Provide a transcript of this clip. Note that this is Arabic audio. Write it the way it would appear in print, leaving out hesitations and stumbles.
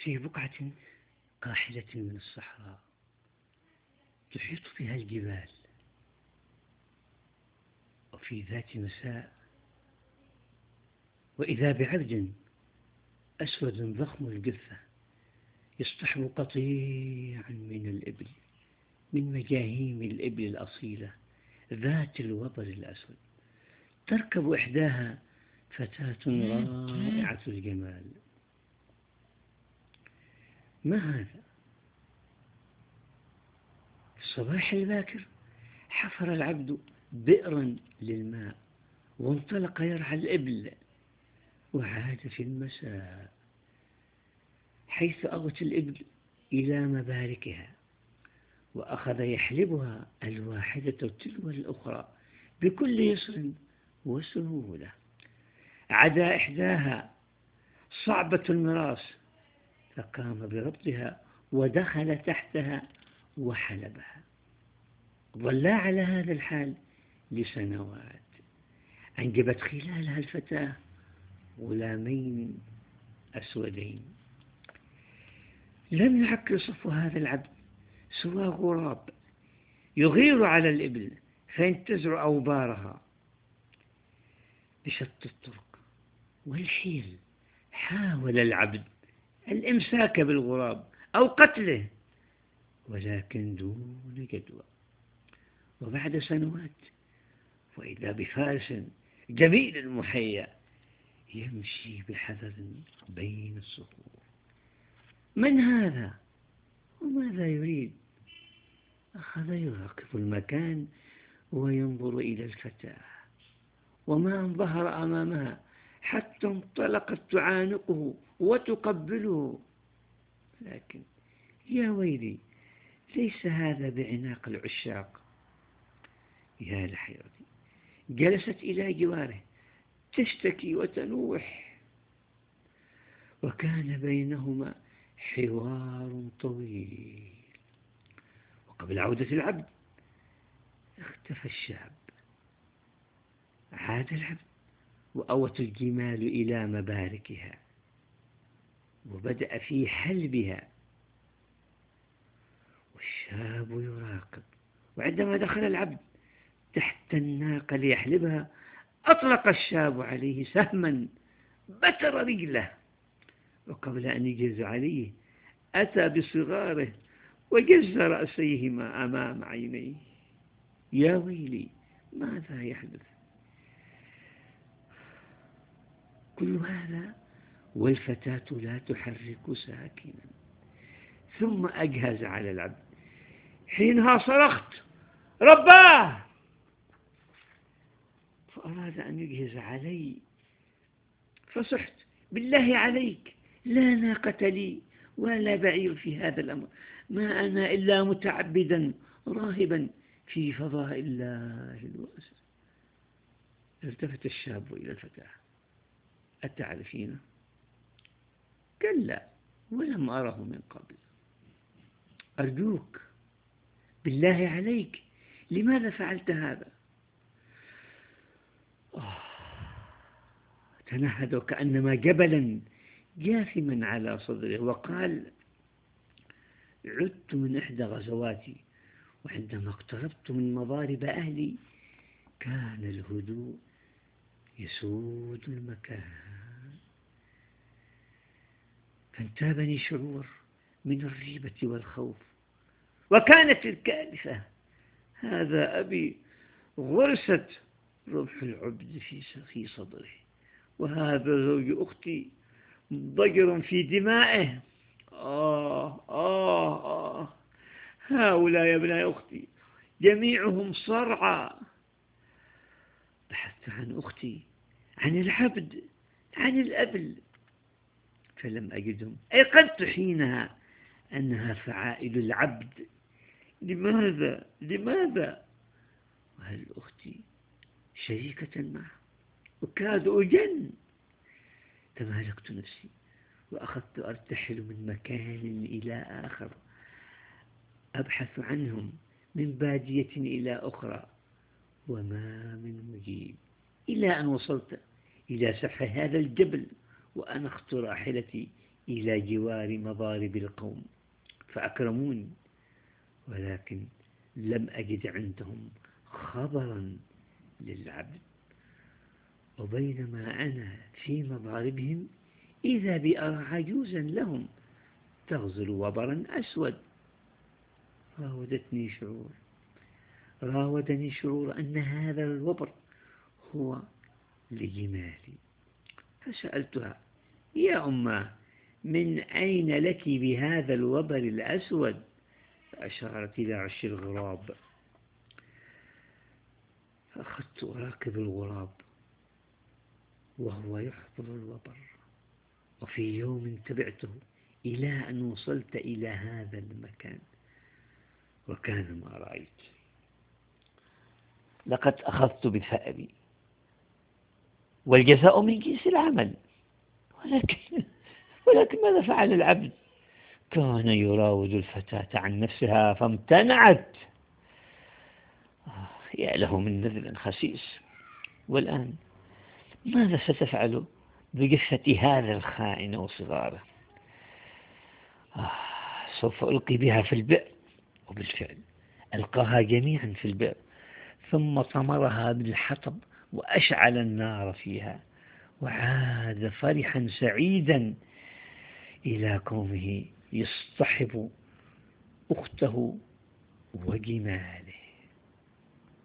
في بقعة قاحلة من الصحراء تحيط بها الجبال، وفي ذات مساء وإذا بعبد أسود ضخم الجثة يصطحب قطيعا من الإبل، من مجاهيم الإبل الأصيلة ذات الوبر الأسود. تركب إحداها فتاة رائعة الجمال. ما هذا؟ في الصباح الباكر حفر العبد بئرا للماء وانطلق يرعى الإبل، وعاد في المساء حيث أوت الإبل إلى مباركها، وأخذ يحلبها الواحدة تلو الأخرى بكل يسر وسهولة، عدا إحداها صعبة المراس، فقام بربطها ودخل تحتها وحلبها. ظلا على هذا الحال لسنوات. أنجبت خلالها الفتاة غلامين أسودين. لم يعكر صفو هذا العبد سوى غراب يغير على الإبل فينتزع أوبارها. بشتى الطرق والحيل حاول العبد الإمساك بالغراب أو قتله، ولكن دون جدوى. وبعد سنوات وإذا بفارس جميل محيا يمشي بحذر بين الصخور. من هذا وماذا يريد؟ أخذ يراقب المكان وينظر إلى الفتاة، وما أن ظهر أمامها حتى انطلقت تعانقه وتقبله. لكن يا ويلي، ليس هذا بعناق العشاق. يا لحيرتي، جلست إلى جواره تشتكي وتنوح، وكان بينهما حوار طويل. وقبل عودة العبد اختفى الشاب. عاد العبد وأوت الجمال إلى مباركها وبدأ في حلبها، والشاب يراقب. وعندما دخل العبد تحت الناقة ليحلبها أطلق الشاب عليه سهما بتر رجله، وقبل أن يجز عليه أتى بصغاره وجز رأسيهما أمام عينيه. يا ويلي، ماذا يحدث؟ كل هذا والفتاة لا تحرك ساكنا. ثم أجهز على العبد. حينها صرخت رباه، فأراد أن يجهز علي، فصحت بالله عليك، لا ناقة لي ولا بعير في هذا الأمر، ما أنا إلا متعبدا راهبا في فضاء الله الواسع. التفت الشاب إلى الفتاة. أتعرفين؟ كلا، ولم أره من قبل. أرجوك بالله عليك، لماذا فعلت هذا؟ تنهد وكأنما جبلا جاثما على صدره وقال: عدت من إحدى غزواتي، وعندما اقتربت من مضارب أهلي كان الهدوء يسود المكان، فانتابني شعور من الريبة والخوف، وكانت الكارثة هذا أبي غرست رمح العبد في صدره، وهذا زوج أختي ضجر في دمائه. هؤلاء يا ابناء أختي جميعهم صرعى. بحثت عن أختي، عن العبد، عن الأبل، فلم أجدهم. أيقنت حينها أنها فعائل العبد. لماذا؟ وهل أختي شريكة معه؟ أكاد أجن. تمالكت نفسي وأخذت أرتحل من مكان إلى آخر، أبحث عنهم من بادية إلى أخرى، وما من مجيب، إلى أن وصلت إلى سفح هذا الجبل، وأنخت راحلتي إلى جوار مضارب القوم فأكرموني، ولكن لم أجد عندهم خبرا للعبد. وبينما أنا في مضاربهم إذا بأرى عجوزا لهم تغزل وبرا أسود. راودني شعور أن هذا الوبر هو لجمالي. فسألتها: يا أماه، من أين لك بهذا الوبر الأسود؟ فأشارت إلى عش الغراب. فأخذت أراقب الغراب وهو يحضر الوبر، وفي يوم تبعته إلى أن وصلت إلى هذا المكان، وكان ما رأيت. لقد أخذت بثأري، والجزاء من جنس العمل. ولكن ماذا فعل العبد؟ كان يراود الفتاة عن نفسها فامتنعت. يا له من نذل خسيس. والآن ماذا ستفعل بجثة هذا الخائن وصغاره؟ سوف ألقي بها في البئر. وبالفعل ألقاها جميعا في البئر، ثم طمرها بالحطب وأشعل النار فيها، وعاد فرحا سعيدا إلى قومه يصطحب أخته وجماله.